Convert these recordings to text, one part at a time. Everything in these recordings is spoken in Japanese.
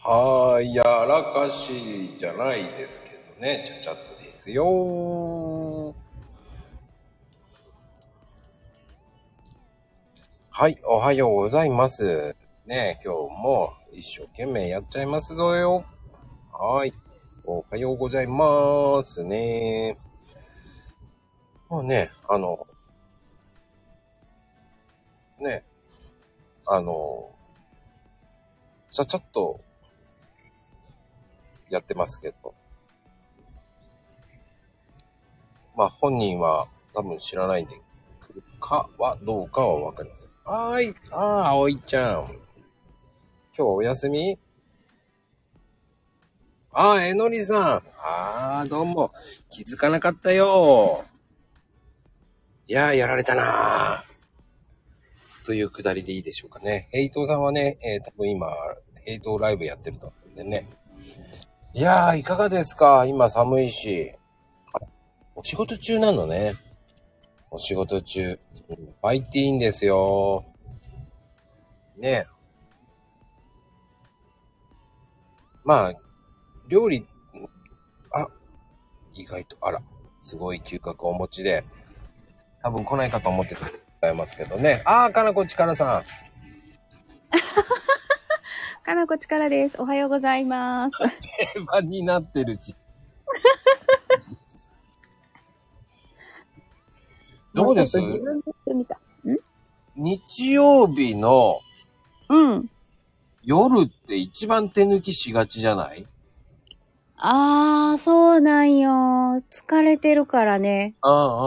はーい、やらかしじゃないですけどね、ちゃちゃっとですよ。はい、おはようございます。ね、今日も一生懸命やっちゃいますぞよ。はい、おはようございますね。もうね、ね、あの、ちゃちゃっとやってますけど、まあ本人は多分知らないんで、来るかはどうかはわかりません。はーい、葵ちゃん。今日お休み？えのりさん。どうも。気づかなかったよ。いややられたなというくだりでいいでしょうかね。ヘイトさんはね、多分今、ヘイトライブやってると思うんでね。いやいかがですか？今寒いし。お仕事中なのね。お仕事中。ファイティーんですよ。ね。まあ、料理、あ、意外と、すごい嗅覚をお持ちで、多分来ないかと思ってたますけどね。かなこちからさん。 かなこちからです。おはようございます。 定番になってるし。どうです？ 自分で言ってみた。 日曜日のうん。 夜って一番手抜きしがちじゃない？ そうなんよ。疲れてるからね。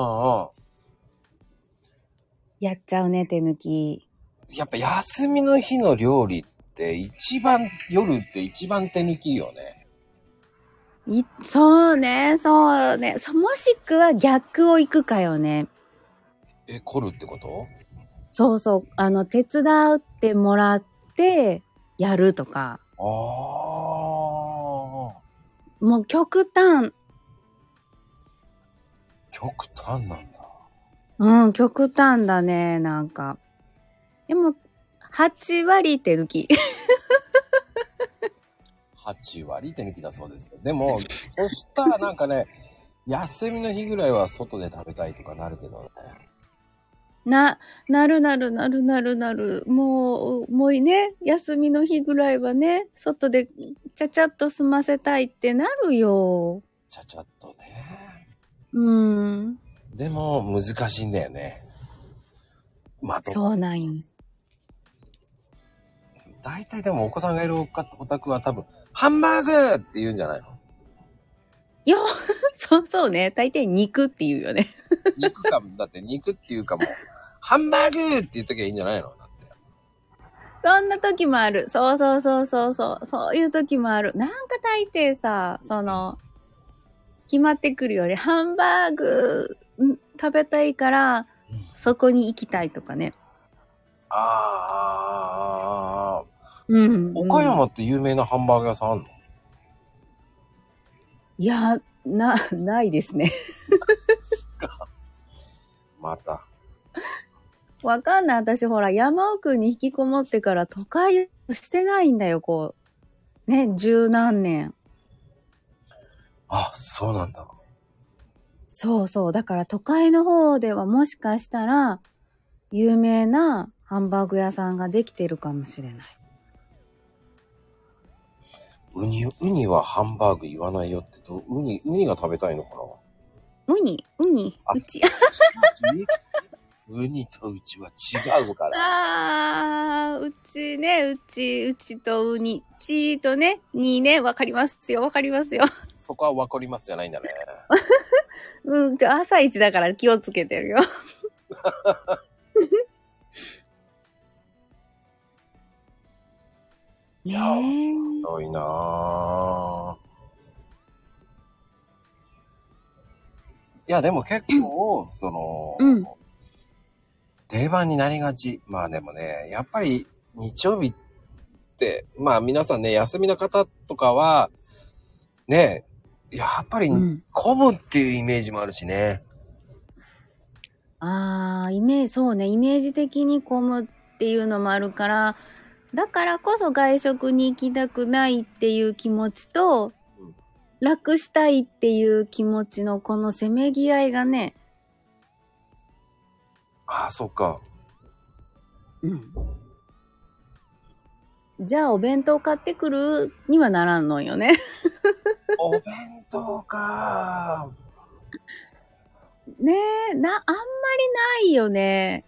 やっちゃうね、手抜き。 やっぱ休みの日の料理って夜って一番手抜きよね。 そうね。もしくは逆を行くかよね。 凝るってこと？ そうそう。手伝ってもらって、やるとか。もう極端なんだ。 うん、極端だね、なんか。でも、8割手抜き。 8割手抜きだそうですよ。でも、そしたらなんかね、休みの日ぐらいは外で食べたいとかなるけどね。 なる。もうね、休みの日ぐらいはね、外でちゃちゃっと済ませたいってなるよ。 ちゃちゃっとね。でも、難しいんだよね。 そうなんよ。 大体でもお子さんがいるお宅は多分、ハンバーグって言うんじゃないの？ いや、そうね。大抵肉って言うよね。 だって肉っていうかもう、ハンバーグって言っときゃいいんじゃないの？だって。 そんな時もある。そう。そういう時もある。なんか大抵さ、決まってくるよね。ハンバーグ食べたいから、そこに行きたいとかね。 岡山って有名なハンバーグ屋さんあんの？ いや、ないですね。 また。 わかんない。私ほら、山奥に引きこもってから都会してないんだよ、十何年。 そうなんだ。 そう。だから都会の方ではもしかしたら、有名なハンバーグ屋さんができてるかもしれない。 ウニはハンバーグ言わないよってウニが食べたいのかな？ ウニうち。 ウニとうちは違うから。 うちとウニ。ちとね、にね、わかりますよ。 そこはわかりますじゃないんだね。 朝一だから気をつけてるよ。 いや、ひどいなぁ。いや、でも結構、定番になりがち。まあでもね、やっぱり日曜日って、まあ皆さんね、休みの方とかは、ね、やっぱり混むっていうイメージもあるしね。 そうね、イメージ的に混むっていうのもあるから、 だからこそ外食に行きたくないっていう気持ちと、楽したいっていう気持ちのこのせめぎ合いがね。 ああ、そっか。 うん。じゃあお弁当買ってくるにはならんのよね。 お弁当か。 ねえ、あんまりないよね。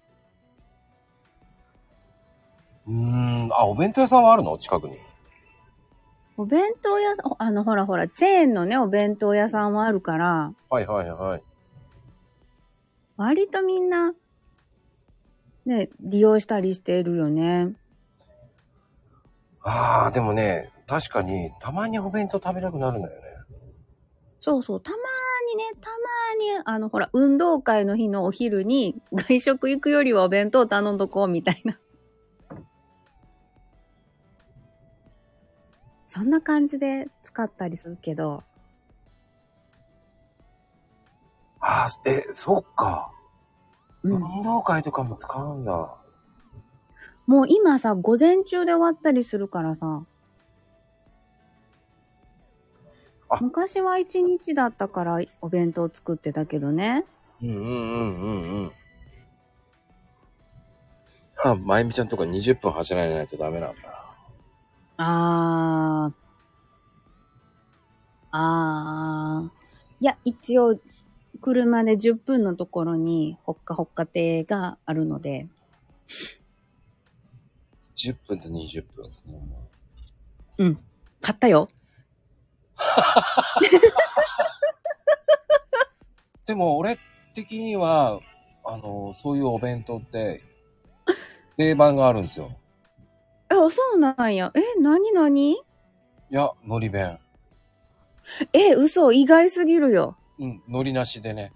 お弁当屋さんはあるの？近くに。 お弁当屋さん、ほらほら、チェーンのね、お弁当屋さんはあるから、 はいはいはい。 割とみんな、ね、利用したりしてるよね。 ああ、でもね、確かに、たまにお弁当食べたくなるんだよね。 そうそう、たまに、ほら、運動会の日のお昼に外食行くよりはお弁当頼んどこうみたいな。そんな感じで使ったりするけど。 ああ、そっか。 うん。 運動会とかも使うんだ。 もう今さ、午前中で終わったりするからさ。昔は一日だったからお弁当作ってたけどね。 まゆみちゃんとか20分走らないとダメなんだ。 いや、一応、車で10分のところに、ほっかほっか亭があるので。 10分と20分。 うん。買ったよ。 でも、俺的には、そういうお弁当って、定番があるんですよ。 あ、そうなんや。なにいや、海苔弁。 嘘、意外すぎるよ。 うん、海苔なしでね。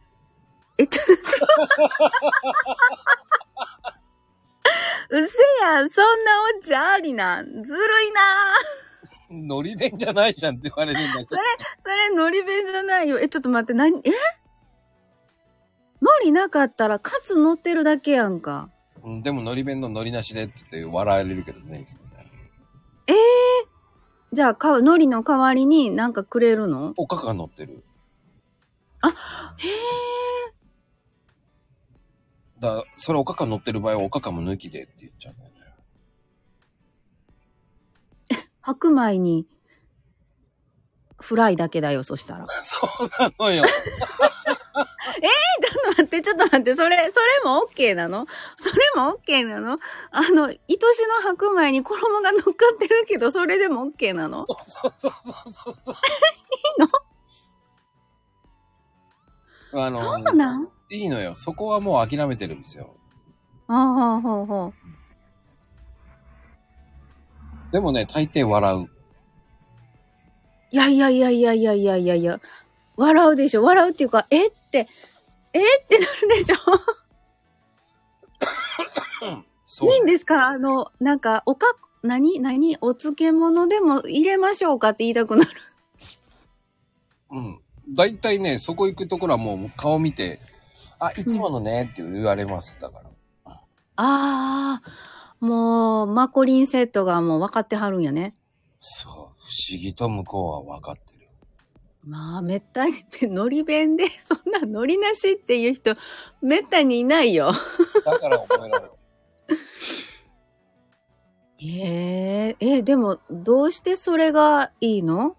うせやん、そんなオチありなん。ずるいな海苔弁じゃないじゃんって言われるんだけど。 それ海苔弁じゃないよ。ちょっと待って、海苔なかったらカツ乗ってるだけやんか。 うん、でも海苔弁の海苔なしでって言って笑われるけどね、いつもね。 じゃあ、海苔の代わりになんかくれるの？ おかか乗ってる。 へえ。 それおかか乗ってる場合はおかかも抜きでって言っちゃうんだよね。 白米に、フライだけだよ、そしたら。 そうなのよ。 ちょっと待って、それも OK なの？それも OK なの？愛しの白米に衣が乗っかってるけど、それでも OK なの？ そう。 いいの？そうなん？ いいのよ。そこはもう諦めてるんですよ。 ほう。 でもね、大抵笑う。 いや。笑うでしょ？笑うっていうか、ってなるでしょ？そう、ね。いいんですか？なんか、お漬物でも入れましょうかって言いたくなる。 うん。だいたいね、そこ行くところはもう顔見て、いつものねって言われます。だから。 もう、マコリンセットがもう分かってはるんやね。 そう。不思議と向こうは分かってる。 まあ、めったに、海苔弁で、そんな海苔なしっていう人、めったにいないよ。 だから覚えられる。でも、どうしてそれがいいの？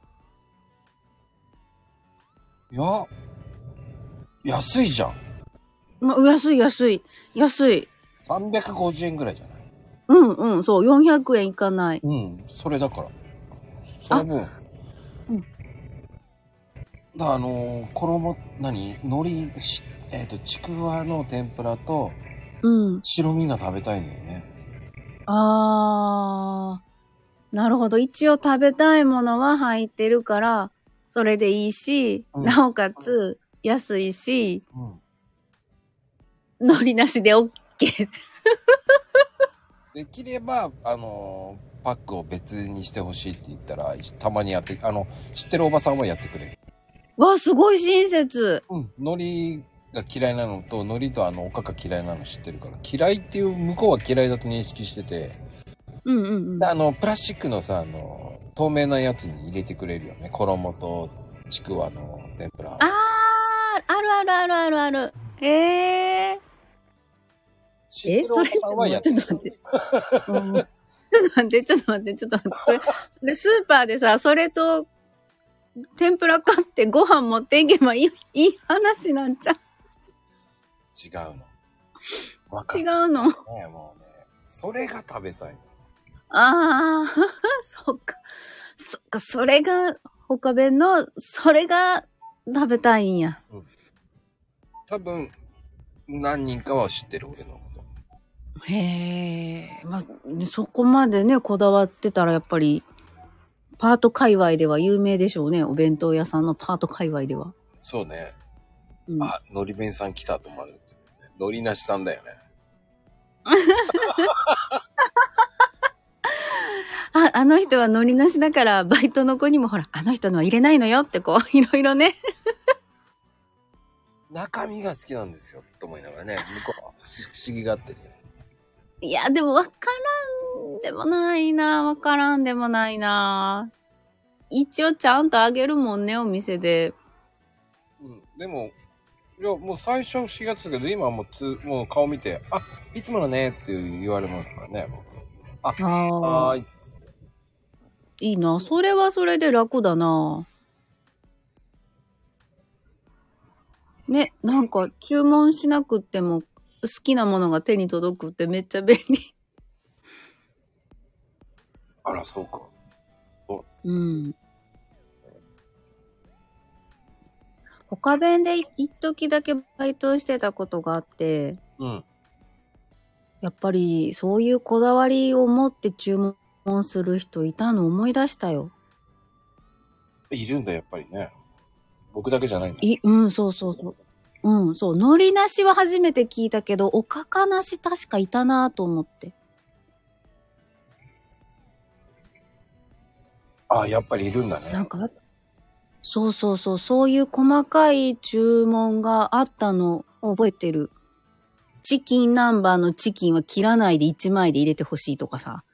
いや、安いじゃん。 安い。 350円ぐらいじゃない？ そう、400円いかない。 うん、それだから。その分。海苔、ちくわの天ぷらと、白身が食べたいんだよね。 なるほど。一応食べたいものは入ってるから、それでいいし、なおかつ安いし、海苔なしで OK。 できれば、パックを別にしてほしいって言ったら、たまに知ってるおばさんはやってくれる。 わ、すごい親切。 海苔が嫌いなのと、海苔とおかか嫌いなの知ってるから、嫌いっていう、向こうは嫌いだと認識してて、 うんうんうん。 でプラスチックのさ、透明なやつに入れてくれるよね。衣とちくわの天ぷら。 あー、あるあるあるあるある。 知ってるそれ、 お子さんはもうやってる。 ちょっと待って。うん、ちょっと待って、ちょっと待って、ちょっと待って。それ、スーパーでさ、それと、天ぷら買ってご飯持っていけばいい話なんちゃう。 違うの。わかる。 違うの。 ね、もうね、それが食べたい。 あー、そっか。そっか、それが、他弁の、それが食べたいんや。 多分、何人かは知ってる俺のこと。 へえ、まあ、そこまでね、こだわってたらやっぱり、パート界隈では有名でしょうね。お弁当屋さんのパート界隈では。 そうね。 うん、 あ、のり弁さん来たと思われる。のりなしさんだよね。 あの人はノリなしだから、バイトの子にもほら、あの人のは入れないのよってこう、いろいろね。 中身が好きなんですよ。と思いながらね。向こうは不思議がってるよね。 いや、でもわからんでもないな。わからんでもないな。一応ちゃんとあげるもんね、お店で。 うん。でも、いや、もう最初4月だけど、今はもう顔見て、あ、いつものねって言われますからね。あ、はーい。 いいな。それはそれで楽だな。ね、なんか注文しなくっても好きなものが手に届くってめっちゃ便利。 あら、そうか。 うん。他弁で一時だけバイトしてたことがあって、 うん。 やっぱりそういうこだわりを持って注文する人いたの思い出したよ。 いるんだ、やっぱりね。僕だけじゃないんだ。 うん、そうそうそう。うん、そう。海苔なしは初めて聞いたけど、おかかなし確かいたなと思って。 あ、やっぱりいるんだね。 なんか、そうそうそう、そういう細かい注文があったの覚えてる。チキン南蛮のチキンは切らないで1枚で入れてほしいとかさ。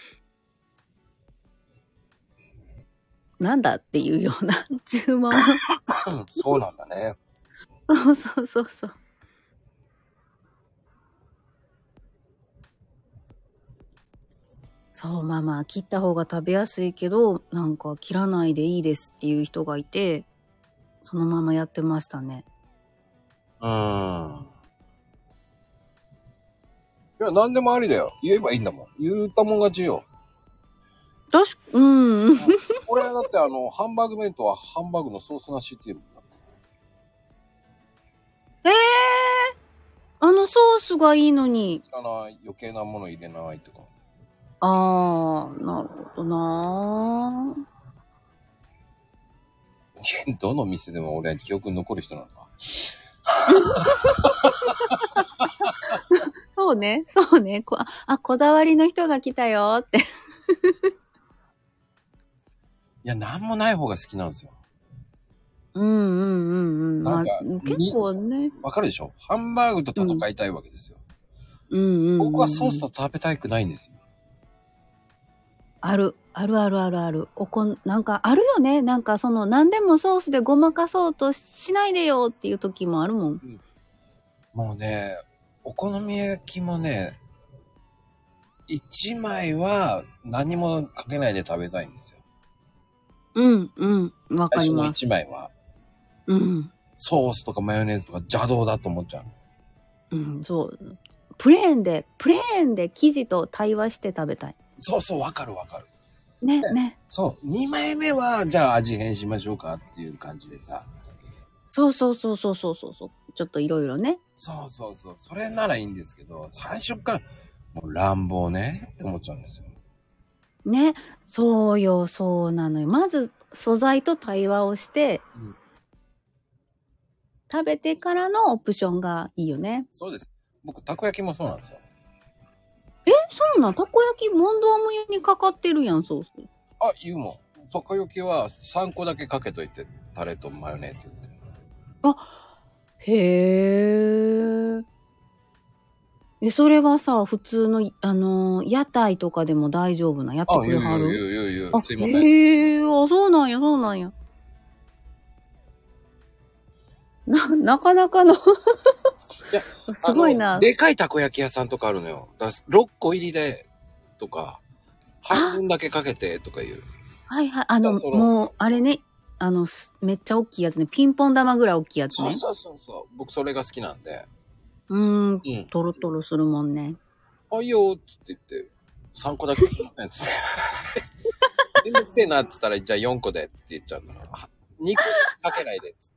なんだっていうような注文。 そうなんだね。 そうそうそうそう。そう、まあまあ、切った方が食べやすいけど、なんか切らないでいいですっていう人がいて、そのままやってましたね。 いや、何でもありだよ。言えばいいんだもん。言ったもん勝ちよ。 うん。 俺だってハンバーグ弁当はハンバーグのソースなしっていうもんだって。 あのソースがいいのに。 余計なもの入れないとか。 あー、なるほどなー。どの店でも俺は記憶に残る人なんだ。 そうね、そうね。こだわりの人が来たよって。 いや、なんもない方が好きなんですよ。 うんうんうんうん。まあ、 なんか結構ね。 わかるでしょ？ハンバーグと戦いたいわけですよ。 うんうんうん。 僕はソースと食べたくないんですよ。 ある。あるあるあるある。なんかあるよね。なんか何でもソースでごまかそうとしないでよっていう時もあるもん。 もうね、お好み焼きもね、1枚は何もかけないで食べたいんですよ。 うんうん。わか最初のります。 1枚は。 うん。 ソースとかマヨネーズとか邪道だと思っちゃう。 うん、そう。プレーンで生地と対話して食べたい。 そうそう、わかるわかる。 ね、ね。 そう、2枚目は、じゃあ味変しましょうかっていう感じでさ。 そうそうそうそうそうそう。ちょっといろいろね。 そうそうそう、それならいいんですけど、最初から、もう乱暴ねって思っちゃうんですよ。 ね。そうよ、そうなのよ。まず素材と対話をして、食べてからのオプションがいいよね。 そうです。僕、たこ焼きもそうなんですよ。 そうなん、たこ焼きモンドアム油にかかってるやん、ソース。 あ、言うもん。たこ焼きは3個だけかけといて、タレとマヨネーズって。 へー。 それはさ、普通の、屋台とかでも大丈夫な、やってあ、 くれはる？ すいません。 へえ、あ、そうなんや、そうなんや。なかなかのいや、 すごいな。 でかいたこ焼き屋さんとかあるのよ。だから6個入りで、とか、半分だけかけて、とかいう。 はいはい。もう、あれね、めっちゃ大きいやつね。ピンポン玉ぐらい大きいやつね。 そう。僕それが好きなんで。 トロトロするもんね。 あ、いいよ、つって言って、3個だけ、つって。めんどくせえな、っつったら、じゃあ4個で、って言っちゃうんだから。2個かけないで、つって。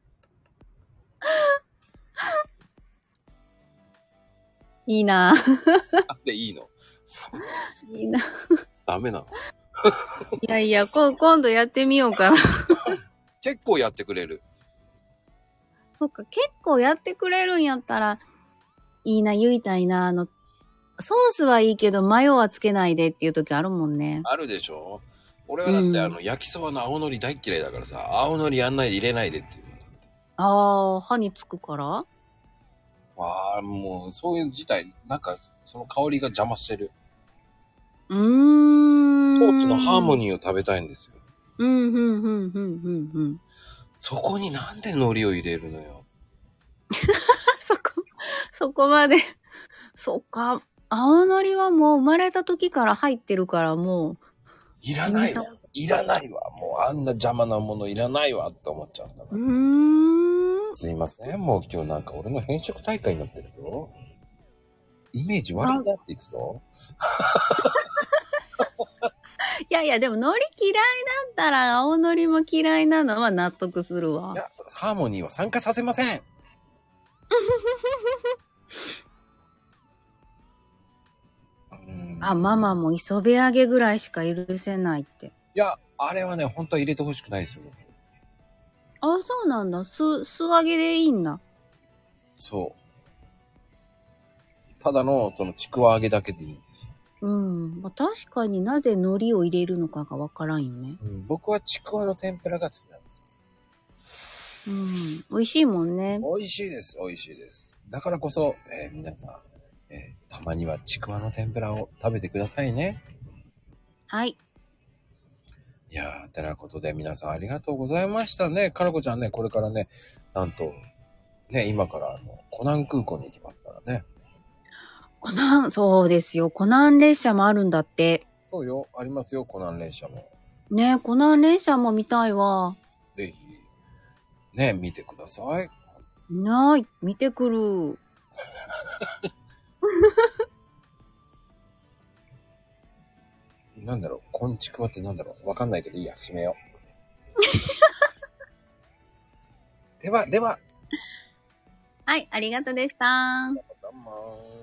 いいなあ、でいいの。 いいな。 ダメなの。 いやいや、今度やってみようかな。 結構やってくれる。 そっか、結構やってくれるんやったら、いいな、言いたいな。ソースはいいけど、マヨはつけないでっていう時あるもんね。 あるでしょ？俺はだって焼きそばの青のり大嫌いだからさ、青のりやんないで入れないでっていう。 ああ、歯につくから？ ああ、もう、そういう自体、なんか、その香りが邪魔してる。 ソースのハーモニーを食べたいんですよ。そこになんで海苔を入れるのよ。 そこまで。そっか。青のりはもう生まれた時から入ってるからもう。 いらないわ。いらないわ。もうあんな邪魔なものいらないわって思っちゃうんだから。すいません。もう今日なんか俺の変色大会になってるぞ。イメージ悪くなっていくぞ。 いやいや、でも海苔嫌いだったら青のりも嫌いなのは納得するわ。 いや、ハーモニーは参加させません。 ママも磯辺揚げぐらいしか許せないって。 いや、あれはね、本当は入れてほしくないですよ。 あ、そうなんだ。素揚げでいいんだ。 そう。ただの、そのちくわ揚げだけでいいんですよ。まあ、確かになぜ海苔を入れるのかがわからんよね。 僕はちくわの天ぷらが好きなんです。 美味しいもんね。 美味しいです。美味しいです。だからこそ、皆さん、たまにはちくわの天ぷらを食べてくださいね。 はい。 いやー、てなことで皆さんありがとうございましたね。かなこちゃんね、これからね、なんと、ね、今からコナン空港に行きますからね。 そうですよ。コナン列車もあるんだって。 そうよ、ありますよ、コナン列車も。 ね、コナン列車も見たいわ。 ぜひ、ね、見てください。 見てくる。 なんだろう、こんちくわってなんだろう、わかんないけどいいや、閉めよう。では。 はい、ありがとうでした。 どうも。